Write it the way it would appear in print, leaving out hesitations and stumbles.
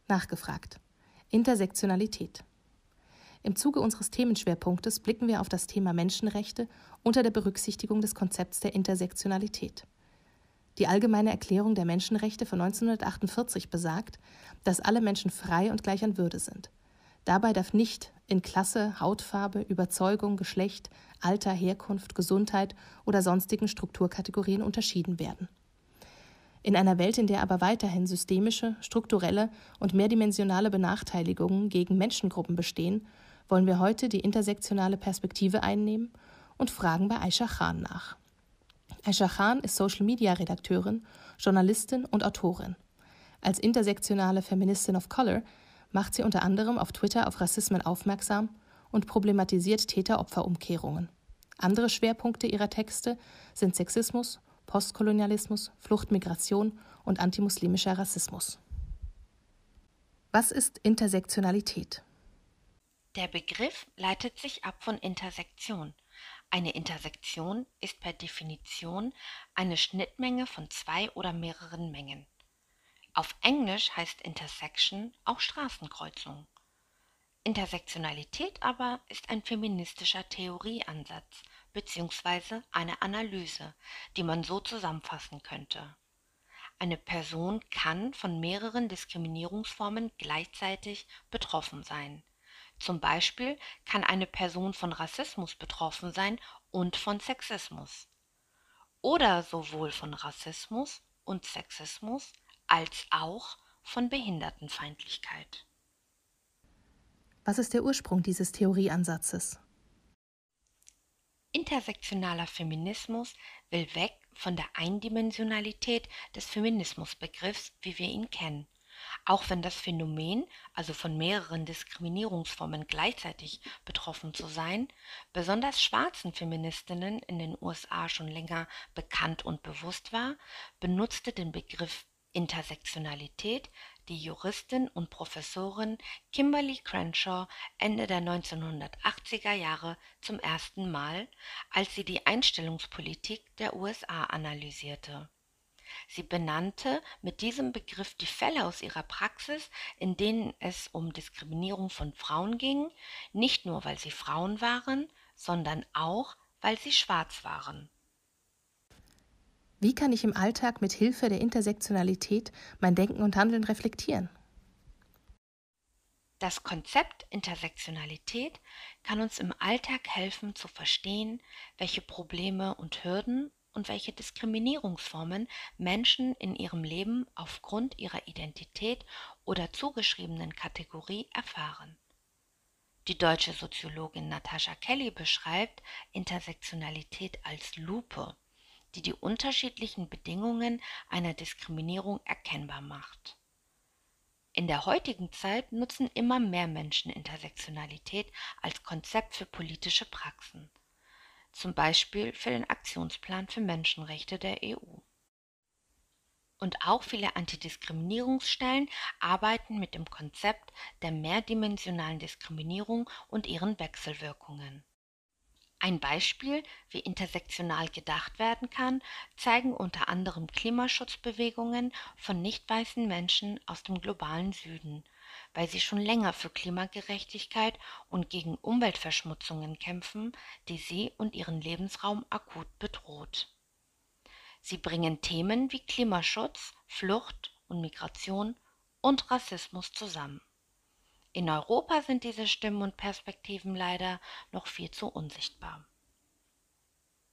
Nachgefragt. Intersektionalität. Im Zuge unseres Themenschwerpunktes blicken wir auf das Thema Menschenrechte unter der Berücksichtigung des Konzepts der Intersektionalität. Die Allgemeine Erklärung der Menschenrechte von 1948 besagt, dass alle Menschen frei und gleich an Würde sind. Dabei darf nicht in Klasse, Hautfarbe, Überzeugung, Geschlecht, Alter, Herkunft, Gesundheit oder sonstigen Strukturkategorien unterschieden werden. In einer Welt, in der aber weiterhin systemische, strukturelle und mehrdimensionale Benachteiligungen gegen Menschengruppen bestehen, wollen wir heute die intersektionale Perspektive einnehmen und fragen bei Aisha Khan nach. Aisha Khan ist Social-Media-Redakteurin, Journalistin und Autorin. Als intersektionale Feministin of Color macht sie unter anderem auf Twitter auf Rassismen aufmerksam und problematisiert Täter-Opfer-Umkehrungen. Andere Schwerpunkte ihrer Texte sind Sexismus, Postkolonialismus, Flucht, Migration und antimuslimischer Rassismus. Was ist Intersektionalität? Der Begriff leitet sich ab von Intersektion. Eine Intersektion ist per Definition eine Schnittmenge von zwei oder mehreren Mengen. Auf Englisch heißt Intersection auch Straßenkreuzung. Intersektionalität aber ist ein feministischer Theorieansatz bzw. eine Analyse, die man so zusammenfassen könnte. Eine Person kann von mehreren Diskriminierungsformen gleichzeitig betroffen sein. Zum Beispiel kann eine Person von Rassismus betroffen sein und von Sexismus. Oder sowohl von Rassismus und Sexismus als auch von Behindertenfeindlichkeit. Was ist der Ursprung dieses Theorieansatzes? Intersektionaler Feminismus will weg von der Eindimensionalität des Feminismusbegriffs, wie wir ihn kennen. Auch wenn das Phänomen, also von mehreren Diskriminierungsformen gleichzeitig betroffen zu sein, besonders schwarzen Feministinnen in den USA schon länger bekannt und bewusst war, benutzte den Begriff Intersektionalität die Juristin und Professorin Kimberly Crenshaw Ende der 1980er Jahre zum ersten Mal, als sie die Einstellungspolitik der USA analysierte. Sie benannte mit diesem Begriff die Fälle aus ihrer Praxis, in denen es um Diskriminierung von Frauen ging, nicht nur weil sie Frauen waren, sondern auch weil sie schwarz waren. Wie kann ich im Alltag mit Hilfe der Intersektionalität mein Denken und Handeln reflektieren? Das Konzept Intersektionalität kann uns im Alltag helfen zu verstehen, welche Probleme und Hürden und welche Diskriminierungsformen Menschen in ihrem Leben aufgrund ihrer Identität oder zugeschriebenen Kategorie erfahren. Die deutsche Soziologin Natascha Kelly beschreibt Intersektionalität als Lupe, die die unterschiedlichen Bedingungen einer Diskriminierung erkennbar macht. In der heutigen Zeit nutzen immer mehr Menschen Intersektionalität als Konzept für politische Praxen, zum Beispiel für den Aktionsplan für Menschenrechte der EU. Und auch viele Antidiskriminierungsstellen arbeiten mit dem Konzept der mehrdimensionalen Diskriminierung und ihren Wechselwirkungen. Ein Beispiel, wie intersektional gedacht werden kann, zeigen unter anderem Klimaschutzbewegungen von nicht-weißen Menschen aus dem globalen Süden, weil sie schon länger für Klimagerechtigkeit und gegen Umweltverschmutzungen kämpfen, die sie und ihren Lebensraum akut bedroht. Sie bringen Themen wie Klimaschutz, Flucht und Migration und Rassismus zusammen. In Europa sind diese Stimmen und Perspektiven leider noch viel zu unsichtbar.